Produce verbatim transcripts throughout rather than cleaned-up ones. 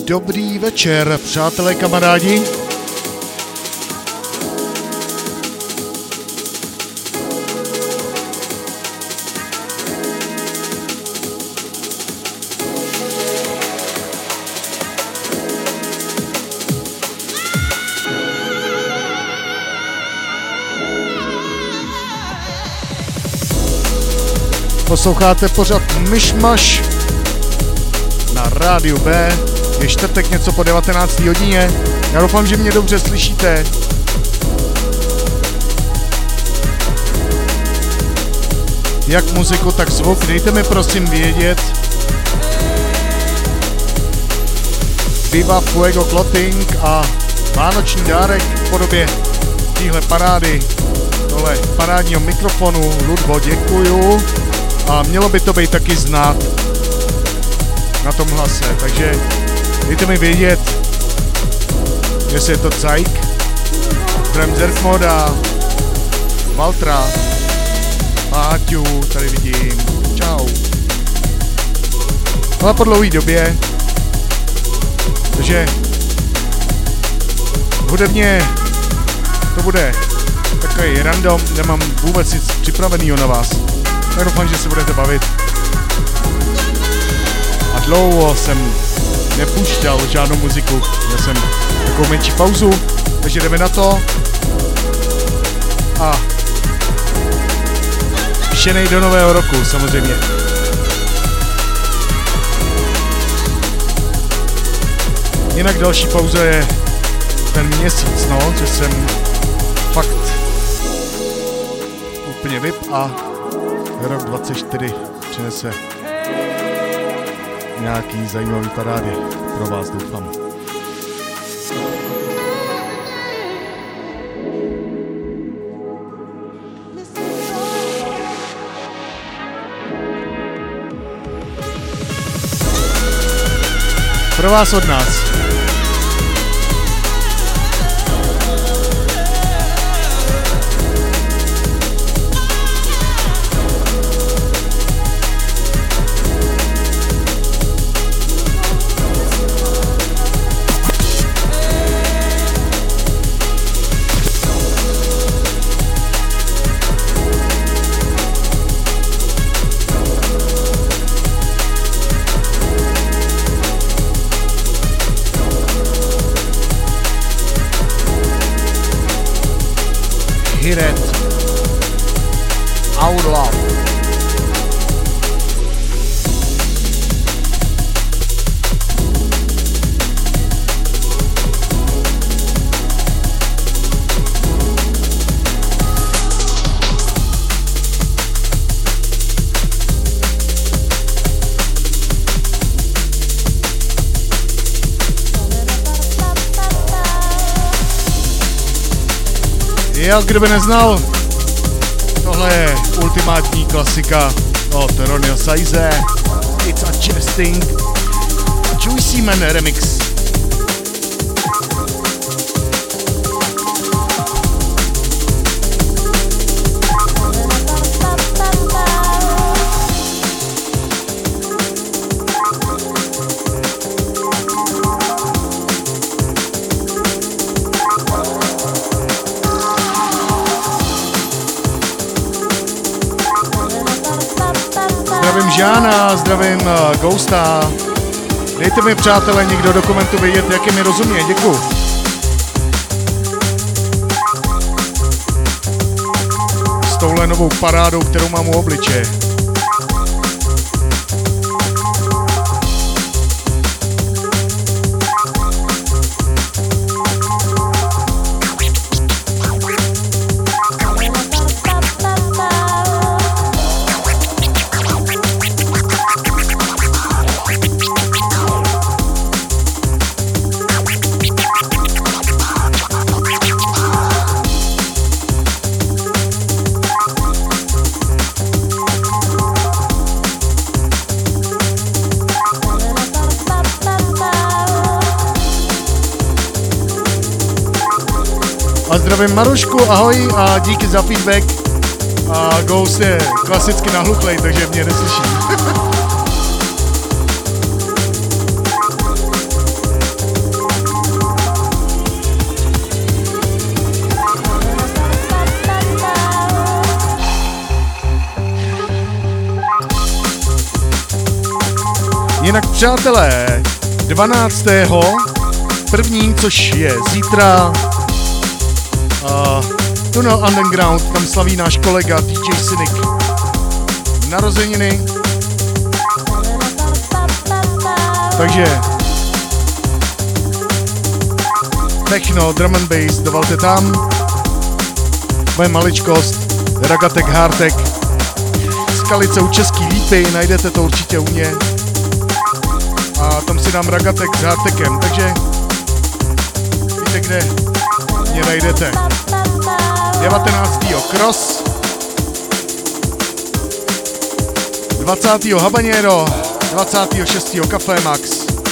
Dobrý večer, přátelé, kamarádi. Posloucháte pořad Myšmaš na rádiu B. Je čtvrtek něco po devatenácté hodině. Já doufám, že mě dobře slyšíte. Jak muziku, tak zvuk. Dejte mi prosím vědět. Viva Fuego Clothing a vánoční dárek v podobě téhle parády, tohle parádního mikrofonu. Ludvo, děkuju. A mělo by to být taky znát na tom hlase, takže dejte mi vědět, jestli je to Zajk, Zdravím Zerkmoda, Valtra, Páťu, tady vidím, čau. Ale po dlouhé době, takže hudebně to bude takový random, nemám vůbec nic připravenýho na vás. Tak doufám, že se budete bavit. A dlouho jsem nepušťal žádnou muziku. Měl jsem takovou menší pauzu, takže jdeme na to. A pšenej do nového roku, samozřejmě. Jinak další pauza je ten měsíc, no, že jsem fakt úplně vyp a rok dvacet čtyři přinese nějaký zajímavý parády pro vás, doufám. Pro vás od nás. Hit it. Out loud. Jo, kdo by neznal, tohle je ultimátní klasika od Ronnieho Size, It's a Chesting, Juicy Man Remix. Zdravím Žána, zdravím uh, Ghosta. Dejte mi, přátelé, někdo do komentu vědět, jak je mi rozumě, děkuju. S touhle novou parádou, kterou mám u obličeje. A zdravím Marušku, ahoj a díky za feedback. A Ghost je klasicky nahluchlej, takže mě neslyší. Jinak přátelé, dvanáctého první, což je zítra, uh, Tunnel Underground, tam slaví náš kolega D J Cynic narozeniny. Takže techno, drum and bass, dovolte tam. Moje maličkost, Ragatek, Hardtek, Skalicou Český lípy, najdete to určitě u mě. A tam si dám Ragatek s Hardtekem, takže víte, kde mě najdete. devatenáctého Cross, dvacátého Habanero, dvacátého šestého Café Max,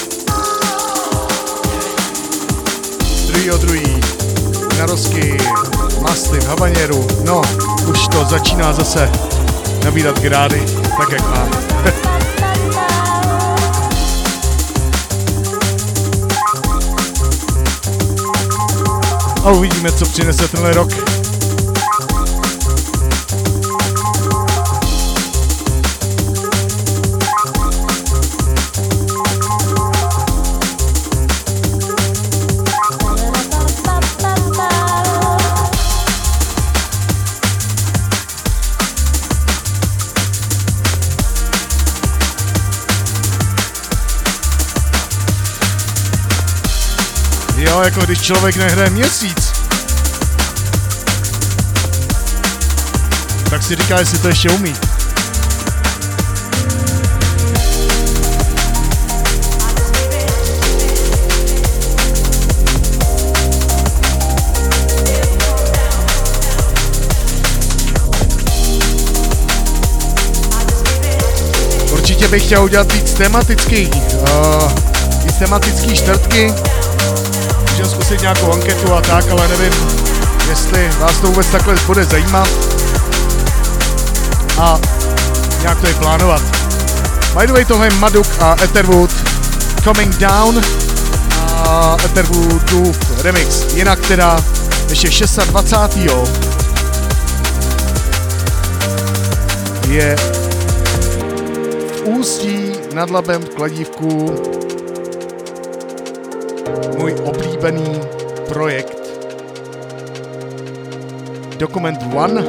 druhého druhý Narosky, Masty v Habaněru. No, už to začíná zase nabírat grády, tak jak má. A uvidíme, co přinese tenhle rok. Jo, jako když člověk nehraje měsíc, tak si říká, jestli to ještě umí. Určitě bych chtěl udělat víc tematický, uh, víc tematický čtvrtky. Můžeme zkusit nějakou anketu a tak, ale nevím, jestli vás to vůbec takhle bude zajímat a nějak to je plánovat. By the way, tohle je Maduk a Etherwood Coming Down a Etherwoodův remix. Jinak teda ještě dvacátého šestého je v Ústí nad Labem v Kladívku můj oblíbený projekt Document One.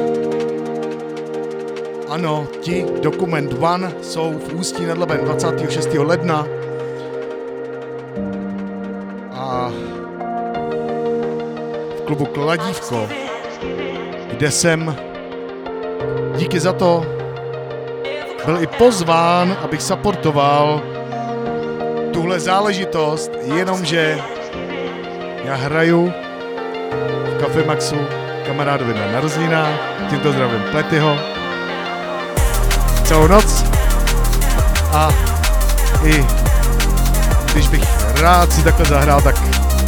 Ano, ti Document One jsou v Ústí nad Labem dvacátého šestého ledna a v klubu Kladívko, kde jsem díky za to byl i pozván, abych supportoval tuhle záležitost, jenomže já hraju v Café Maxu kamarádovi na narozeninách, tímto zdravím Pletyho, celou noc a i když bych rád si takhle zahrál, tak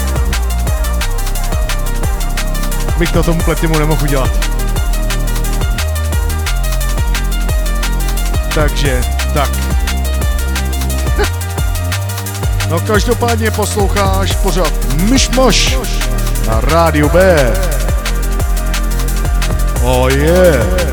bych to tomu Pletymu nemohl udělat. Takže tak. No každopádně posloucháš pořád Myšmaš na Rádiu B. Oh yeah.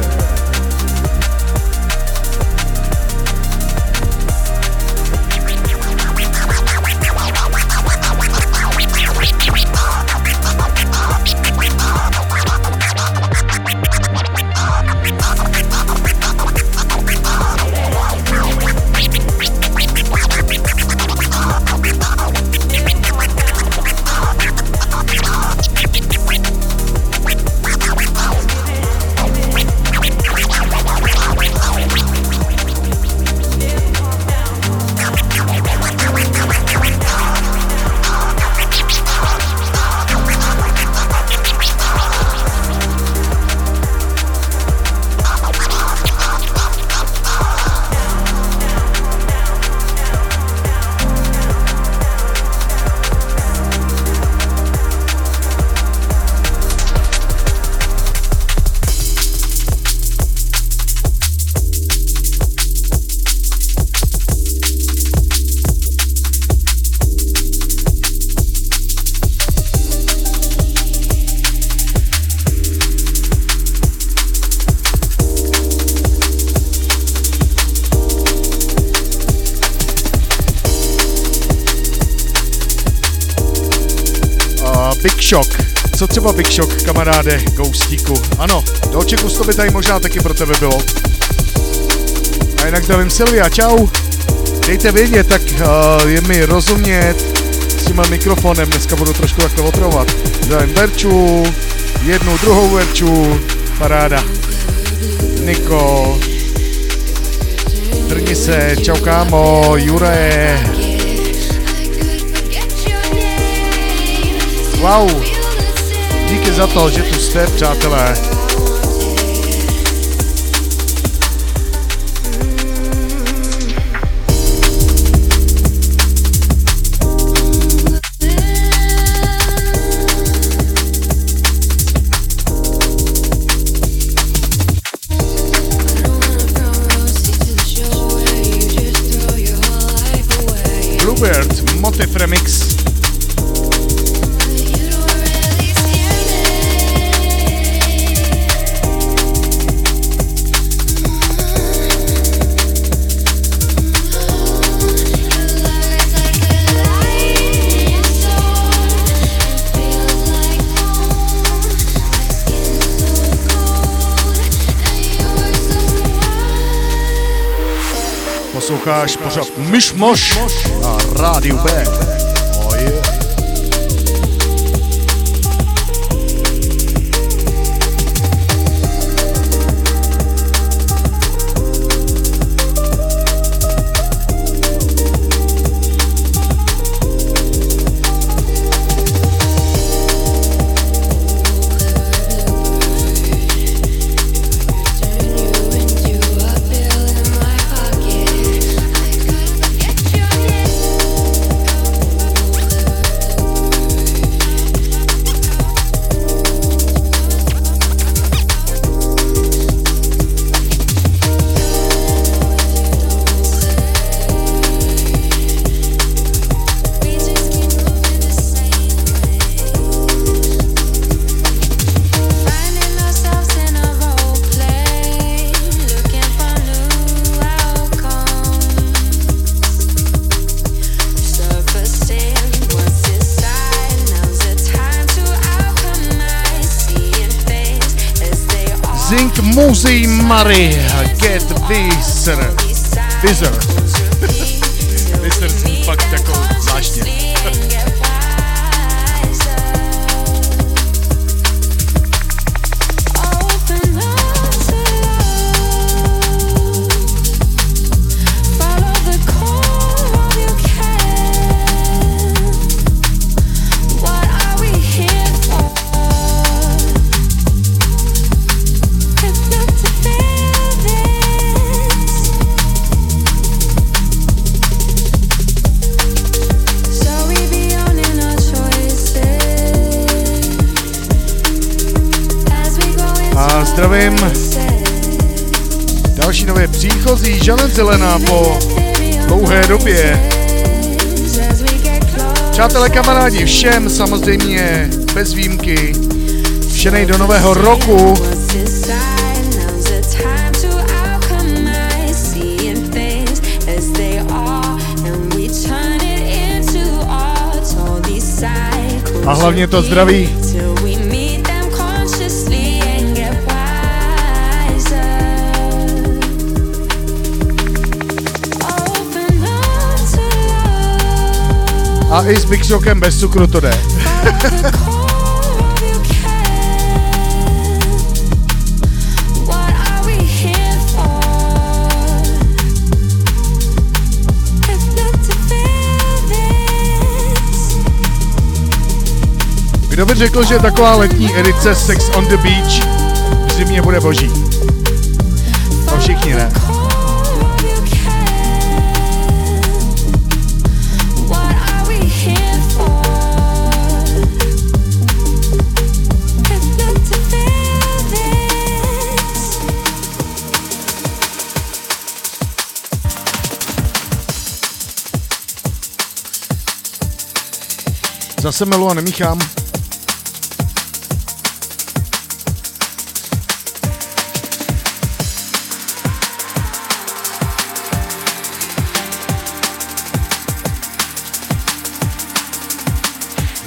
Big Shock. Co třeba Big Shock, kamaráde Ghostíku? Ano, do Čeku to by tady možná taky pro tebe bylo. A jinak zdravím Silvia, čau. Dejte vědět, tak uh, je mi rozumět s tímhle mikrofonem. Dneska budu trošku takhle otravovat. Zdravím Verču, jednu, druhou Verču, paráda. Niko, trni se, čau kámo, Jure. Wow, díky za to, že tu jste, přátelé. Bluebird, Motiv Remix. Posloucháš pořád Myšmoš na Rádiu B. Oh yeah. Muzi Mary, get Visor. Visor. Visor zní fakt jako zvláštně. Zdravím další nově příchozí Žanet Zelená po dlouhé době. Přátelé, kamarádi, všem samozřejmě bez výjimky všenej do nového roku. A hlavně to zdraví. A i s Big Shockem bez cukru to jde. Kdo by řekl, že taková letní edice Sex on the Beach v zimě bude boží? No všichni ne. Zase melu a nemíchám.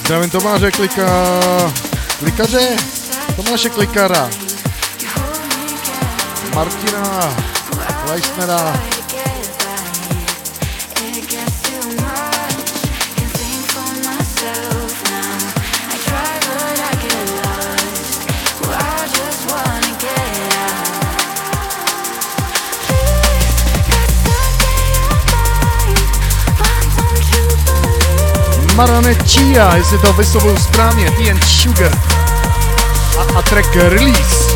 Zdravím Tomáše Klika... Klikaře? Tomáše Klikara. Martina Leisnera. Marane Chia, jestli to vyslovuju správně, T and Sugar a, a track Release.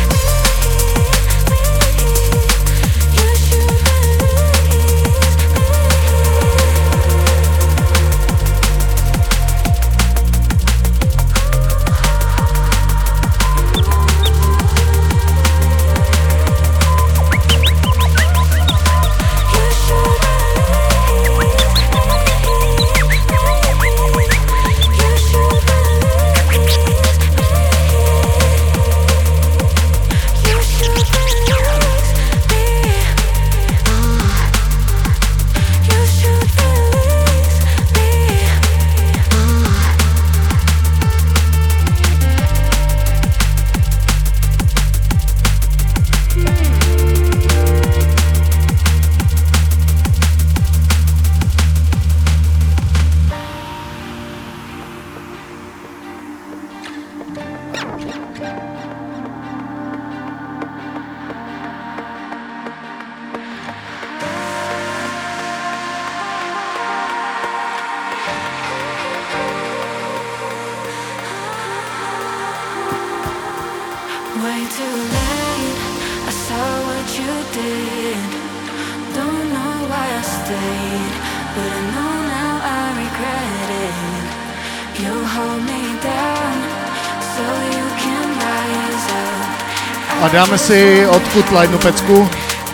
A dáme si od Kutla jednu pecku.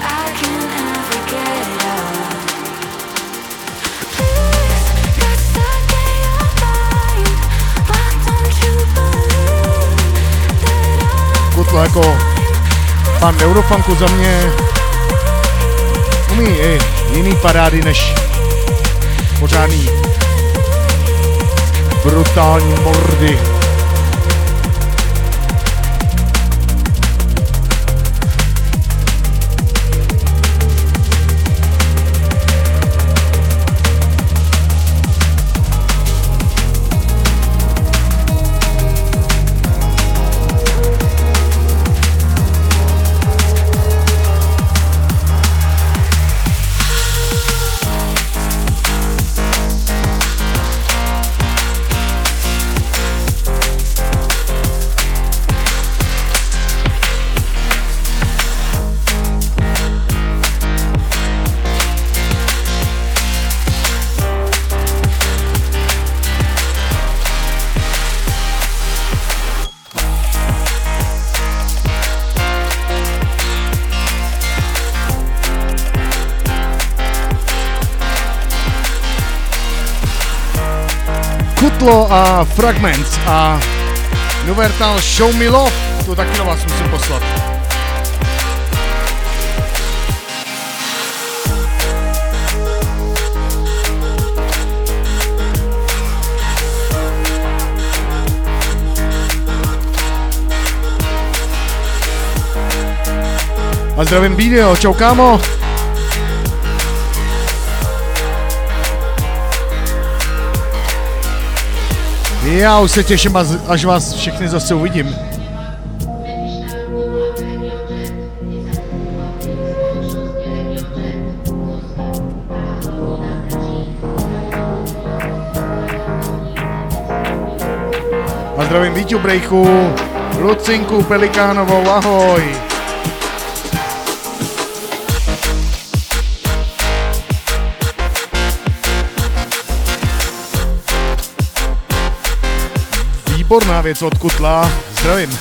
Kutla jako pan Eurofunku za mě umí i jiný parády než pořádný brutální mordy. A Fragments a Nuvertal Show Me Love, to taky na vás musím poslat. A zdravím Bídio, čau kámo. Já už se těším, až vás všechny zase uvidím. A zdravím Víťu Brejchu, Lucinku Pelikánovou, ahoj. Výborná věc od Kutla, zdravím.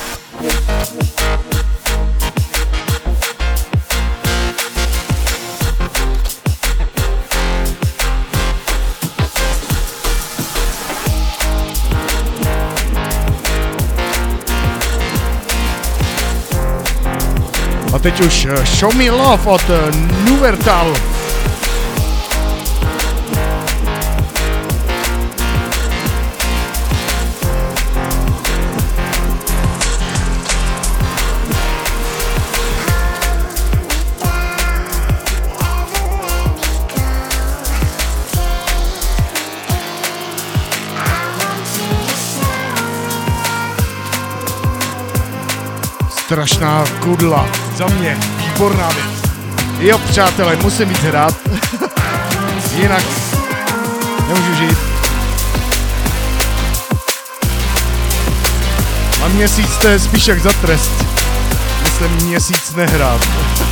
A teď už Show Me Love od Nuvertal. Strašná kudla. Za mě. Výborná věc. Jo, přátelé, musím víc hrát. Jinak nemůžu žít. A měsíc to je spíš jak za trest. Myslím měsíc nehrát.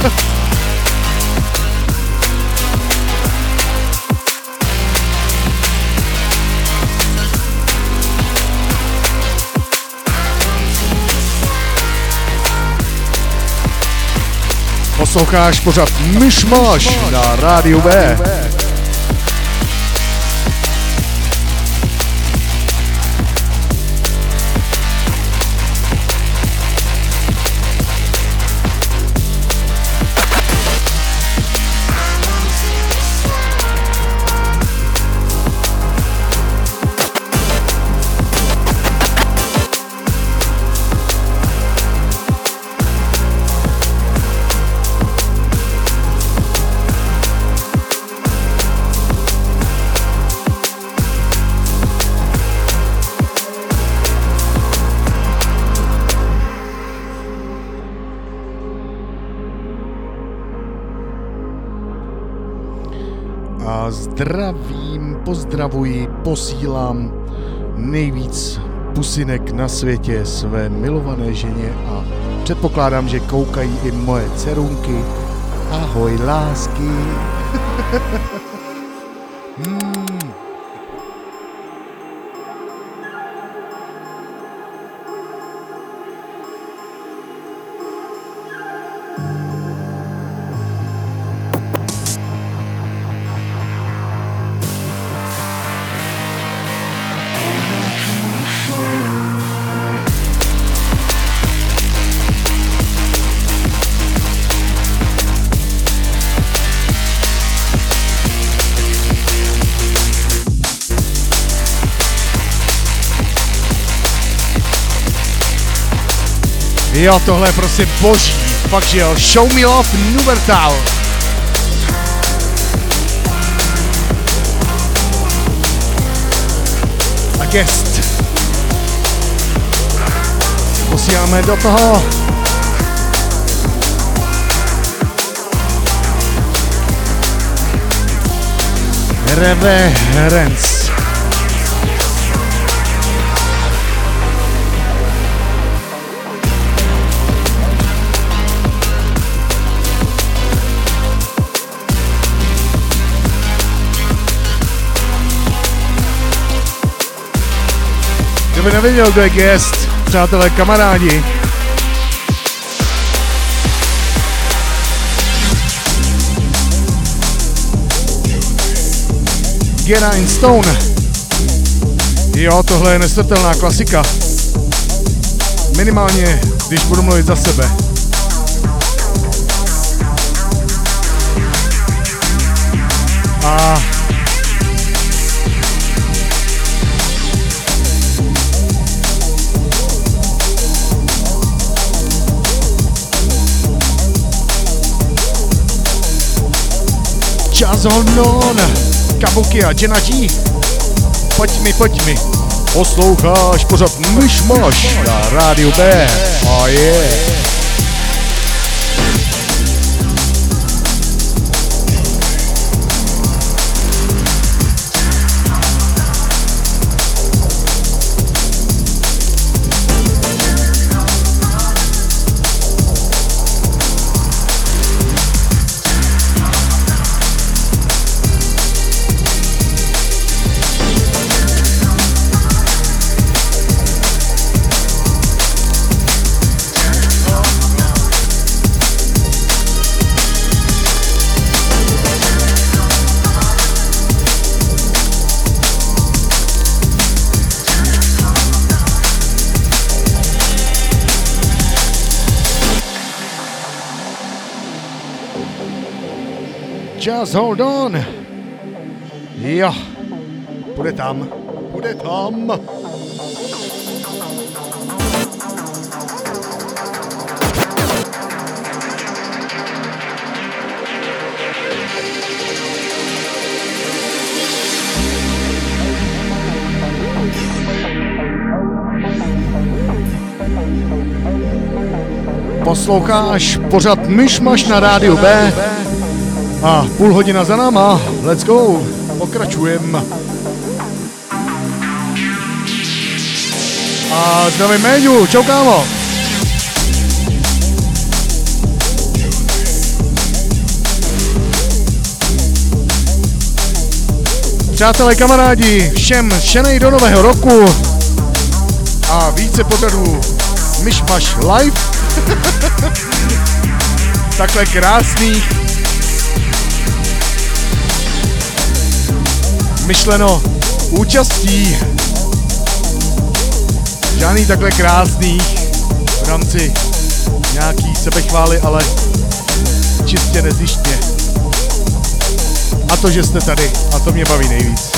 Posloucháš pořád Myšmaš na Rádiu B. Zdravím, pozdravuji, posílám nejvíc pusinek na světě své milované ženě a předpokládám, že koukají i moje dcerunky. Ahoj, lásky. hmm. Jo, tohle je prostě boží, fakt že jo, Show Me Love Nubertal. A guest. Posíláme do toho. Reverence. Kdo by nevěděl, kdo je guest, přátelé, kamarádi. Get in Stone. Jo, tohle je nesmrtelná klasika. Minimálně, když budu mluvit za sebe. A Just hold on, Kabuki a Jenna G. Pojď mi, pojď mi. Posloucháš pořád Myšmaš na Rádiu B. Oh yeah. Just hold on. Jo, bude tam, bude tam. Posloucháš pořad Myšmaš na rádiu B a půl hodina za náma, let's go, pokračujem. A zdravím Méďu, čau kámo. Přátelé, kamarádi, všem šenej do nového roku a více pořadů Myšmaš live. Takhle krásných. Myšleno účastí. Žádný takhle krásných v rámci nějaký sebechvály, ale čistě nezištně. A to, že jste tady, a to mě baví nejvíc.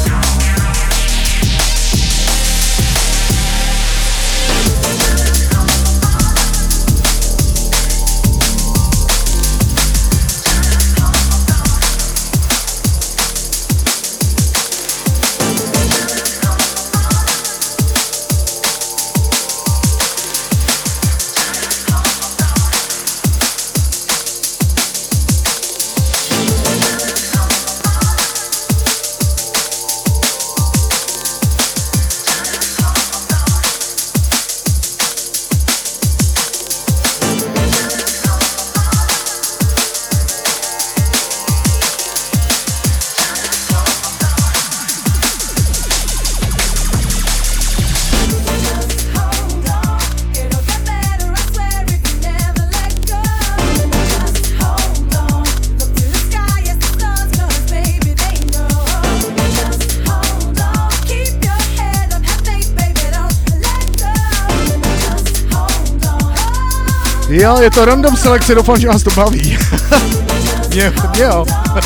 Jo, je to random selekce, doufám, že vás to baví. mě, mě jo.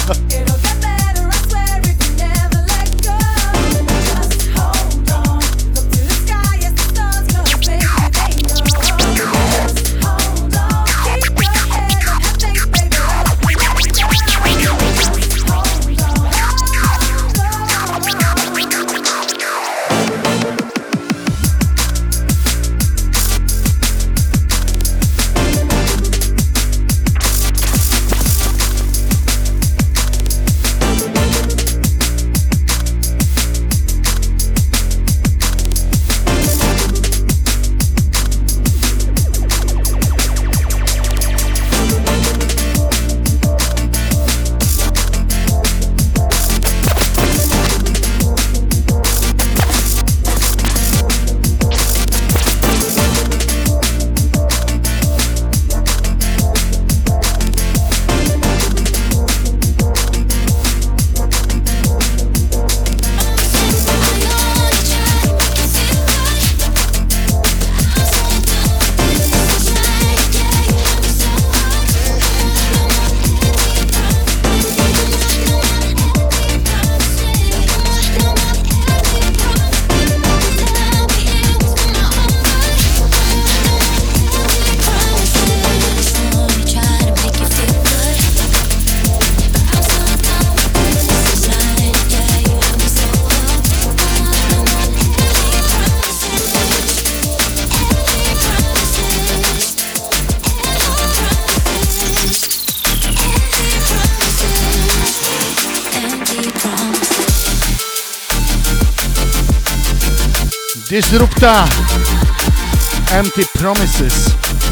Disrupta, Empty Promises.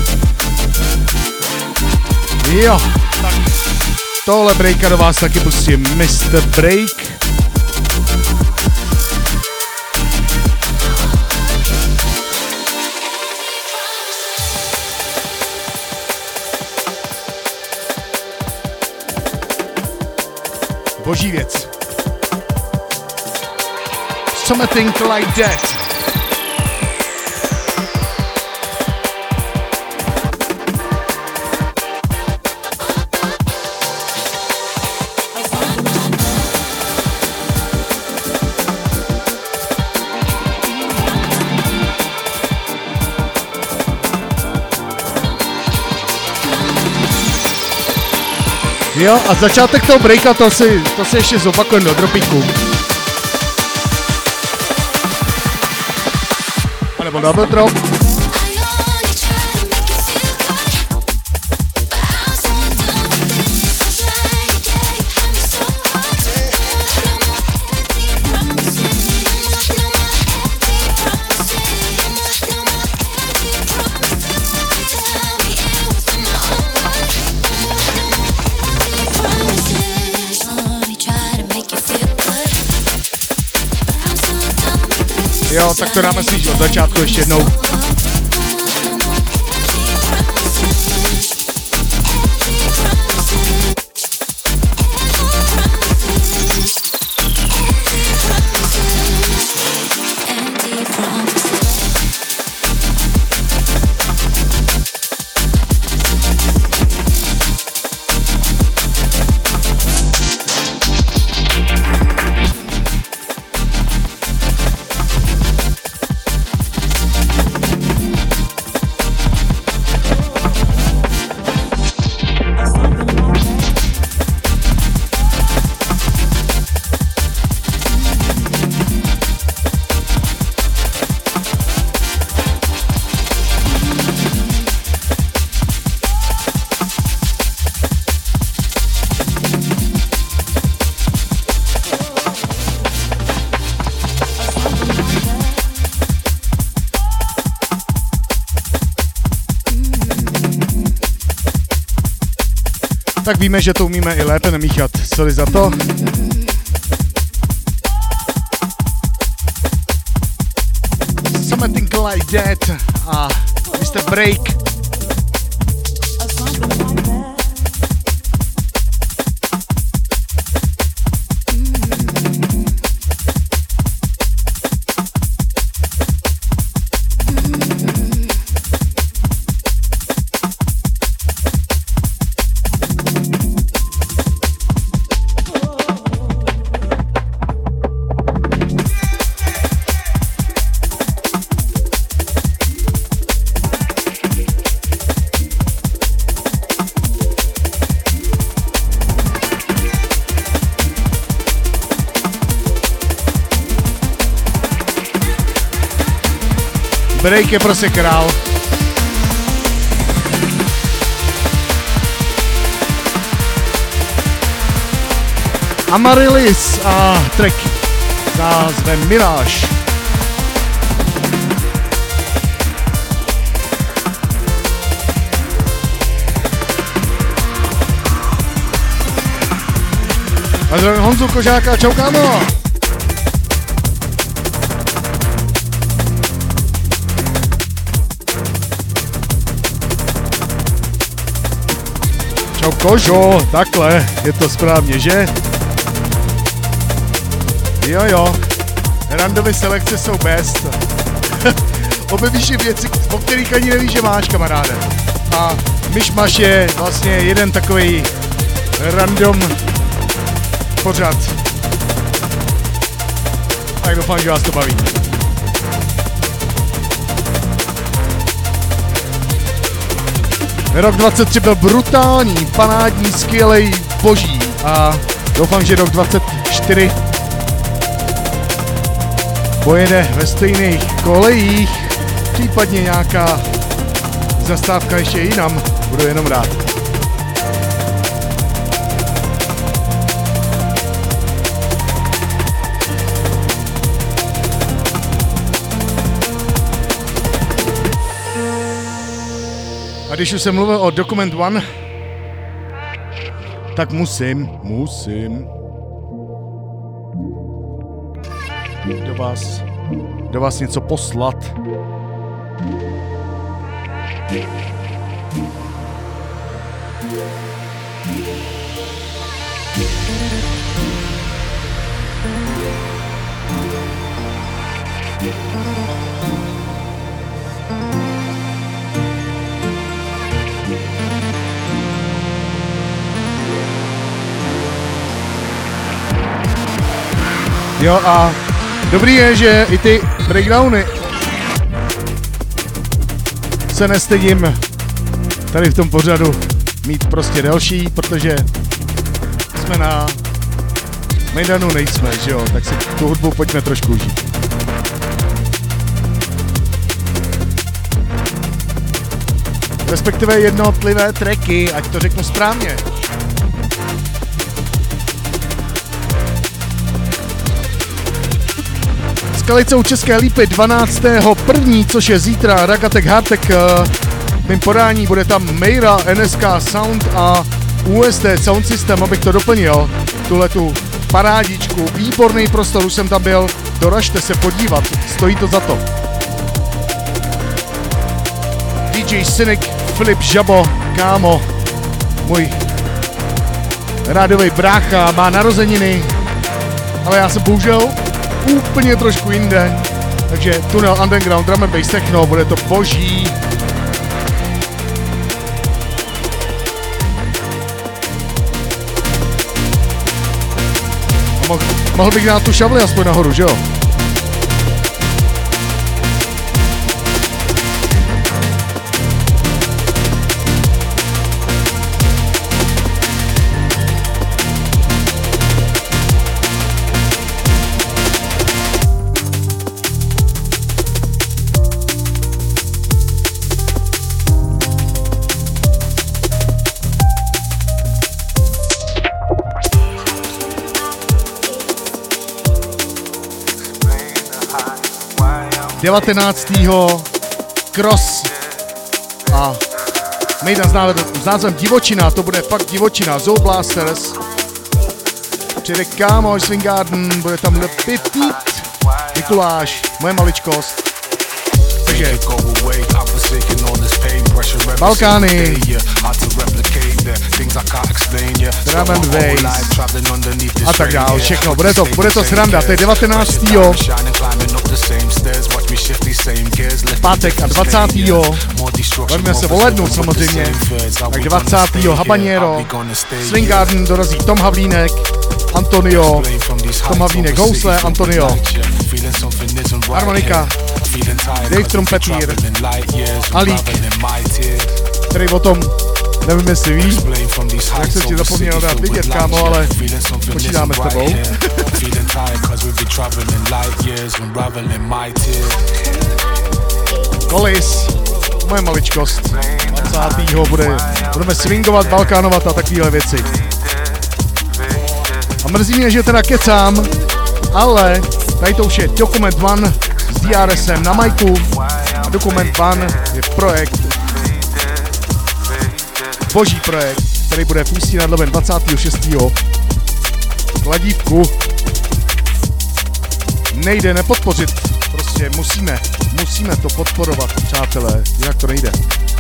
Jo, tak tohle breaka do vás taky pustím. mister Break. Boží věc. Something like that. Jo, a začátek toho breaka, to si, to si ještě zopakujeme do dropíku. A nebo double drop. Jo, tak to dáme si od začátku ještě jednou. Tak víme, že to umíme i lépe nemíchat. Sorry za to. Something like that. A mister Break. Break je prostě král. Amaryllis a track s názvem Mirage. A zdravím Honzu Kožáka, čau kámo. Čau Kožo, takhle, je to správně, že? Jo jo, randové selekce jsou best. Objevíš věci, o kterých ani nevíš, že máš, kamaráde. A myšmaš je vlastně jeden takový random pořad. Tak doufám, že vás to baví. Rok dvacet tři byl brutální, panádní, skvělej, boží a doufám, že rok dvacet čtyři pojede ve stejných kolejích, případně nějaká zastávka ještě jinam, budu jenom rád. A když už jsem mluvil o Document One, tak musím, musím do vás, do vás něco poslat. Jo a dobrý je, že i ty breakdowny se nestydím tady v tom pořadu mít prostě delší, protože jsme na Mejdanu nejsme, že jo, tak si tu hudbu pojďme trošku užít. Respektive jednotlivé tracky, ať to řeknu správně. Skalicou České Lípy dvanáctého prvního což je zítra, Ragatek Hardtek v mým podání, bude tam Meira, N S K Sound a U S D Sound System, abych to doplnil, tuhletu parádičku, výborný prostor, už jsem tam byl, doražte se podívat, stojí to za to. dý džej Cynic, Filip Žabo, kámo, můj rádiový brácha, má narozeniny, ale já jsem bohužel úplně trošku jinde, takže Tunel Underground Drum and Bass Techno, bude to boží. A mohl, mohl bych dát tu šavli aspoň nahoru, že jo? devatenáctého Cross a Mejdan s názvem Divočina, to bude fakt divočina, Zoo Blasters. Přijde kámoš Swing Garden, bude tam Le Petit, Mikuláš, moje maličkost. Takže Balkány, Drum and Bass a tak dál, všechno, bude to, bude to sranda, to je devatenáctého pátek a dvacátého Bavíme se o lednu samozřejmě, tak dvacátého Habanero, Swing Garden dorazí Tom Havlínek, Antonio, Tom Havlínek housle, Antonio, harmonika, Dave Trumpetýr, Alík, který o tom, nevím jestli víš, jak jsem ti zapomněl dát vidět, kámo, ale počítáme s tebou. Kolis, moje maličkost, dvacátého bude, budeme swingovat, balkánovat a takovéhle věci. A mrzí mě, že teda kecám, ale tady to už je Dokument One s D R S em na majku a Dokument One je projekt, boží projekt, který bude v Ústí nad Labem dvacátého šestého Kladívku. Nejde nepodpořit, prostě musíme, musíme to podporovat, přátelé, jinak to nejde.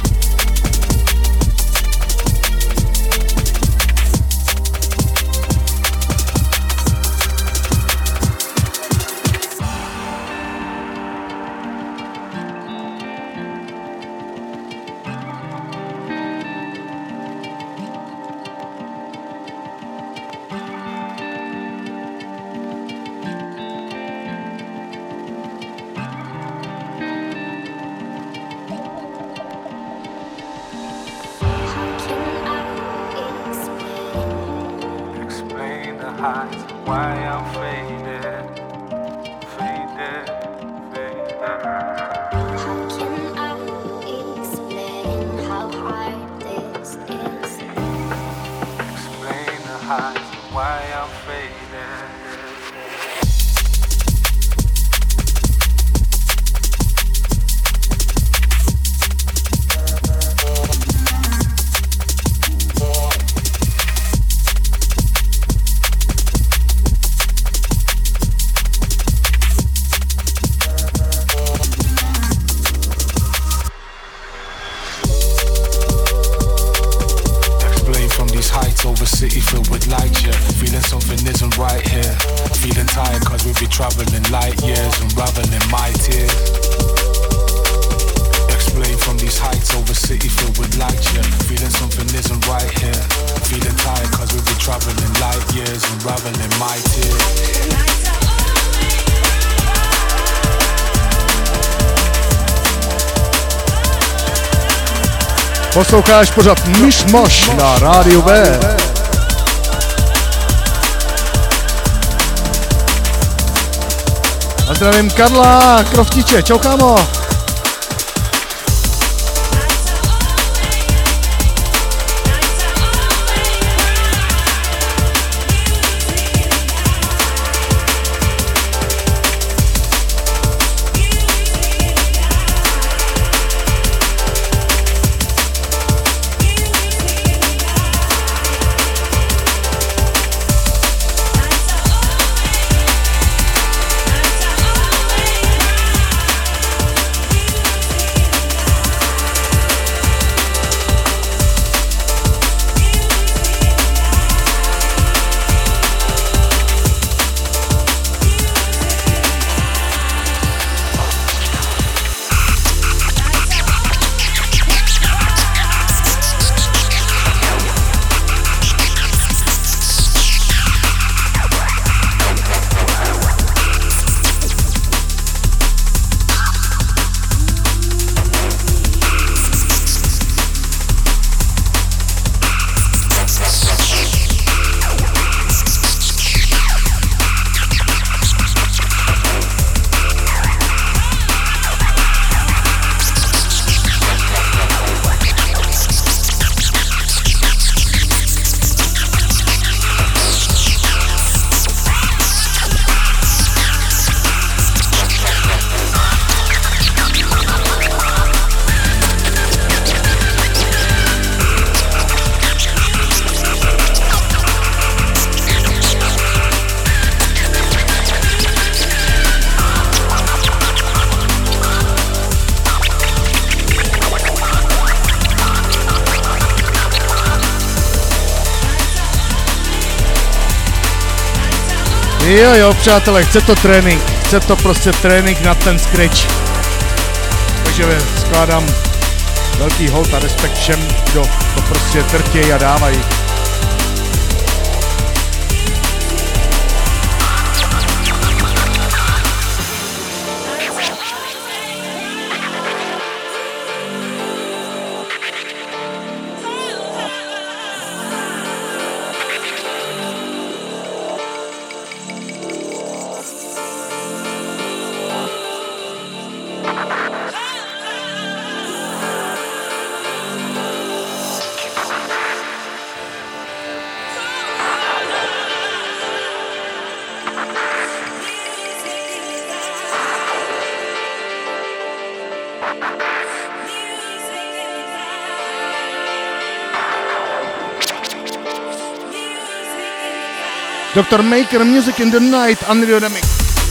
Posloucháš pořád Myšmaš na Rádiu B. A zdravím Karla Kroftiče, čau kámo. Jo, jo, přátelé, chce to trénink, chce to prostě trénink na ten scratch. Takže skládám velký hold a respekt všem, kdo to prostě trtějí a dávají. Doctor Maker, Music in the Night, Unreal Remix.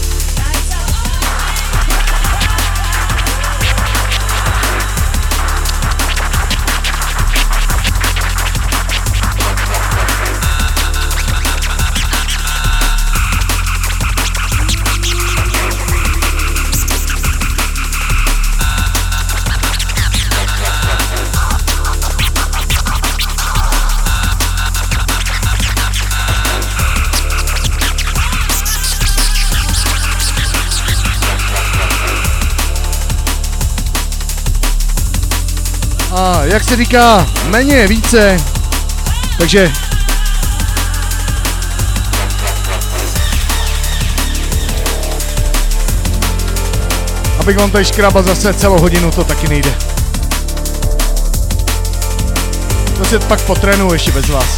A jak se říká, méně více, takže abych vám tady škrabal zase celou hodinu, to taky nejde. To si pak potrénuju ještě bez vás.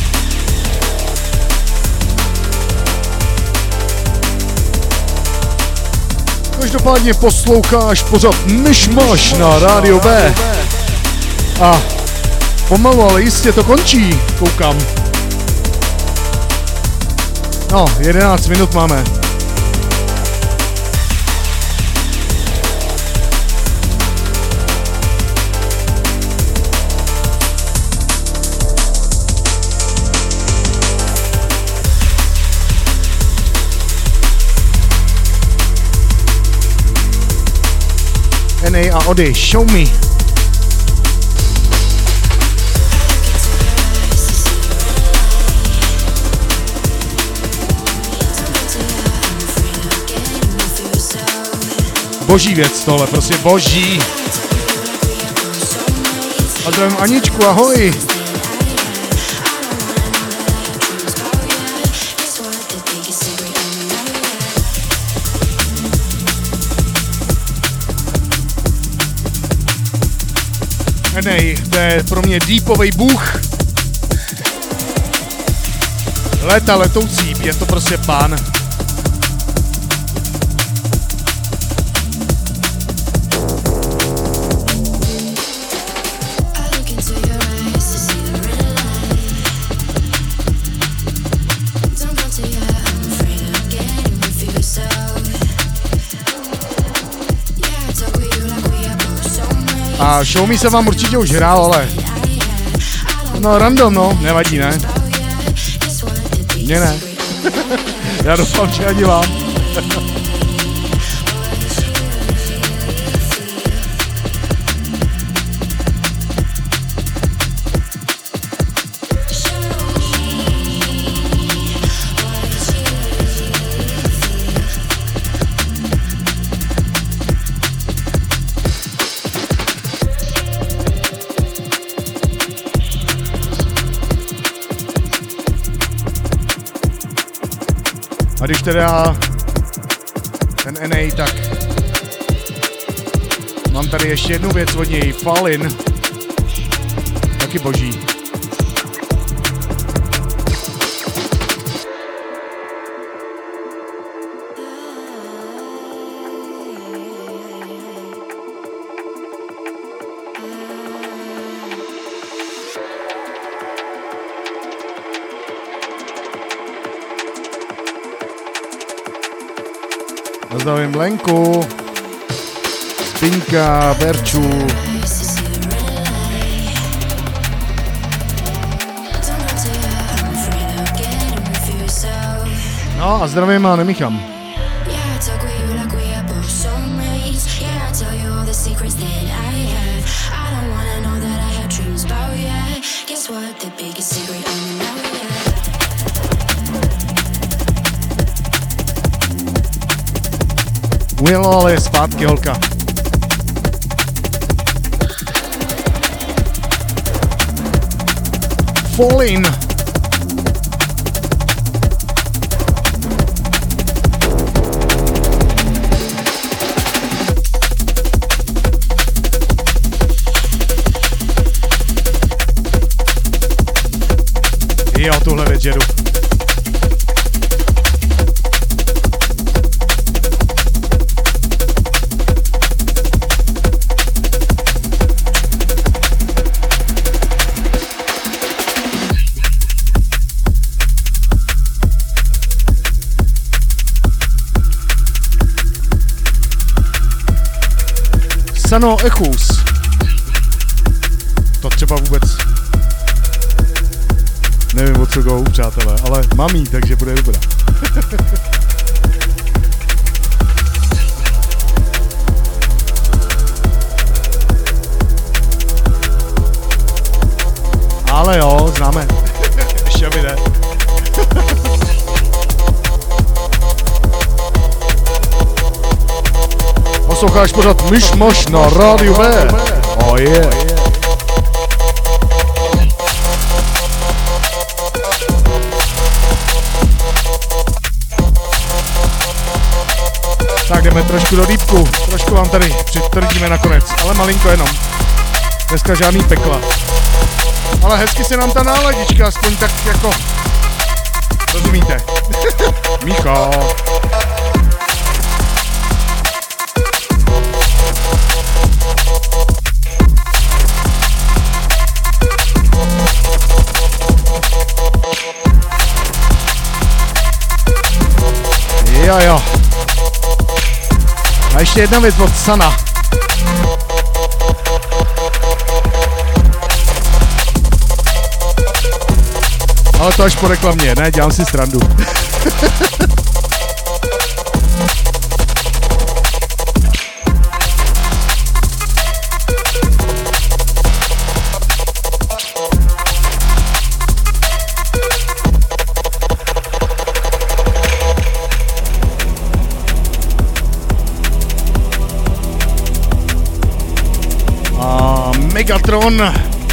Každopádně posloucháš pořád Myšmaš na Rádiu B. A pomalu, ale jistě to končí, koukám. No, jedenáct minut máme. N A a Ody, Show Me. Boží věc tohle, prostě boží. A zdravím Aničku, ahoj. Nej, to je pro mě deepovej bůh. Léta letoucí, je to prostě pán. A Show Me se vám určitě už hrál, ale no random, no, nevadí, ne? Mně ne. Já doufám, že ani vám. A když teda ten N A, tak mám tady ještě jednu věc od něj, Fallin, taky boží. Zdravím Lenku, Spinka, Verču. No a zdravím a nemichám. Ujelo, ale je zpátky, holka. Fallin. Jo, tuhle věc jedu. Sano Echus. To třeba vůbec nevím, o co go, přátelé, ale mám jí, takže bude dobrá. Ale jo, známe. Ještě mi jde. Posloucháš pořád Myšmaš na rádiu B. Oh yeah. Tak jdeme trošku do dýpku, trošku vám tady přitvrdíme nakonec, ale malinko jenom. Dneska žádný pekla. Ale hezky se nám ta náladička, aspoň tak jako... Rozumíte? Michal. Jo jo. A ještě jedna věc od Sana. Ale to až po reklamě, ne, dělám si srandu. Megatron.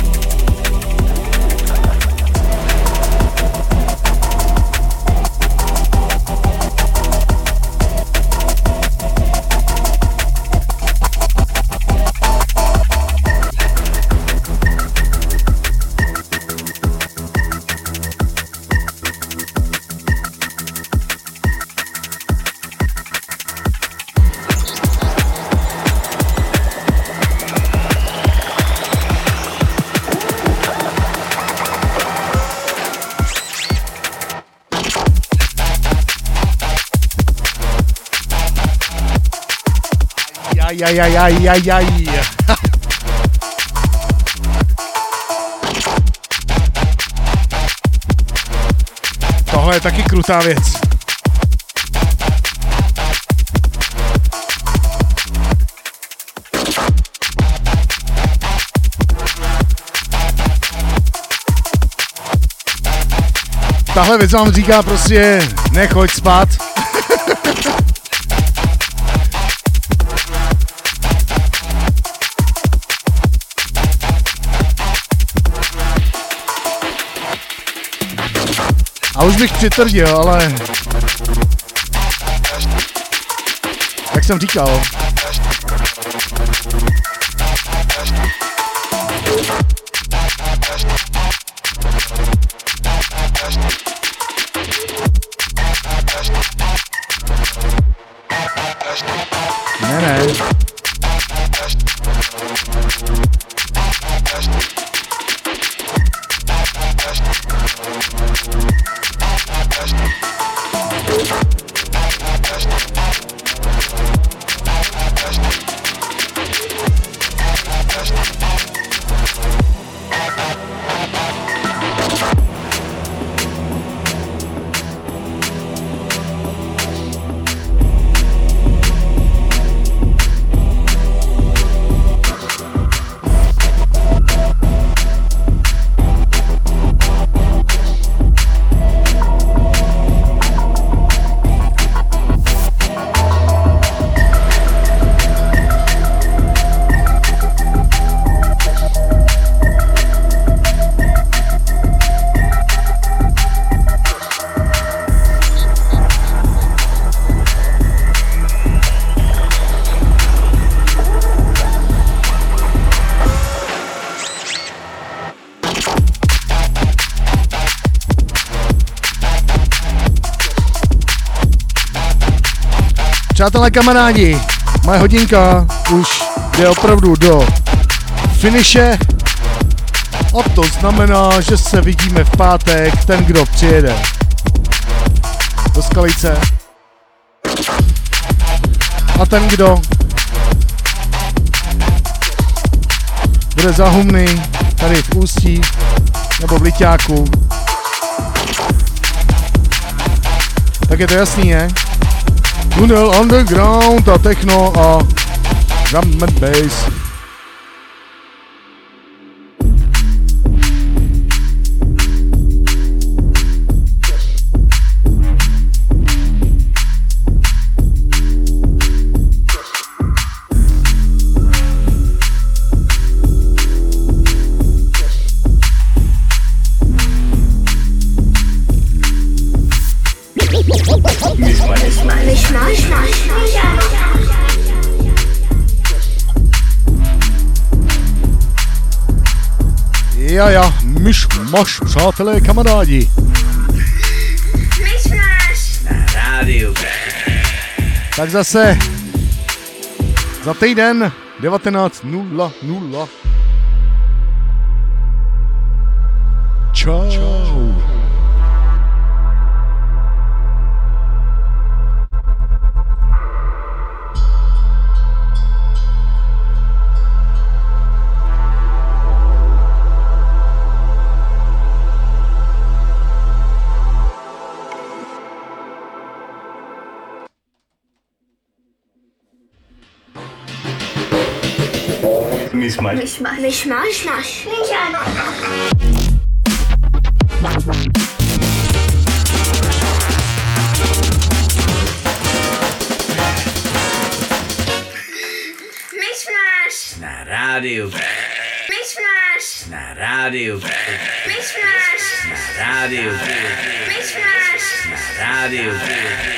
Jaj, jaj, jaj, jaj, jaj. Tohle je taky krutá věc. Tahle věc vám říká prostě nechoď spát. A už bych přitvrdil, ale... Jak jsem říkal... Ne, ne. Přátelé, kamarádi, moje hodinka už jde opravdu do finiše. A to znamená, že se vidíme v pátek, ten, kdo přijede do Skalice. A ten, kdo bude za Humny, tady v Ústí, nebo v Liťáku. Tak je to jasný, je? Tunel underground a techno a drum and bass. Ja, ja, myš, maš, přátelé, kamarádi. Myš, máš. Na rádiu. Tak zase za týden devatenáct nula nula. Čau. Čau. Myš, myš, myš, máš, máš. Myš, máš. Na rádiu. Myš, máš. Na rádiu. Myš, máš. Na rádiu. Myš, máš. Na rádiu.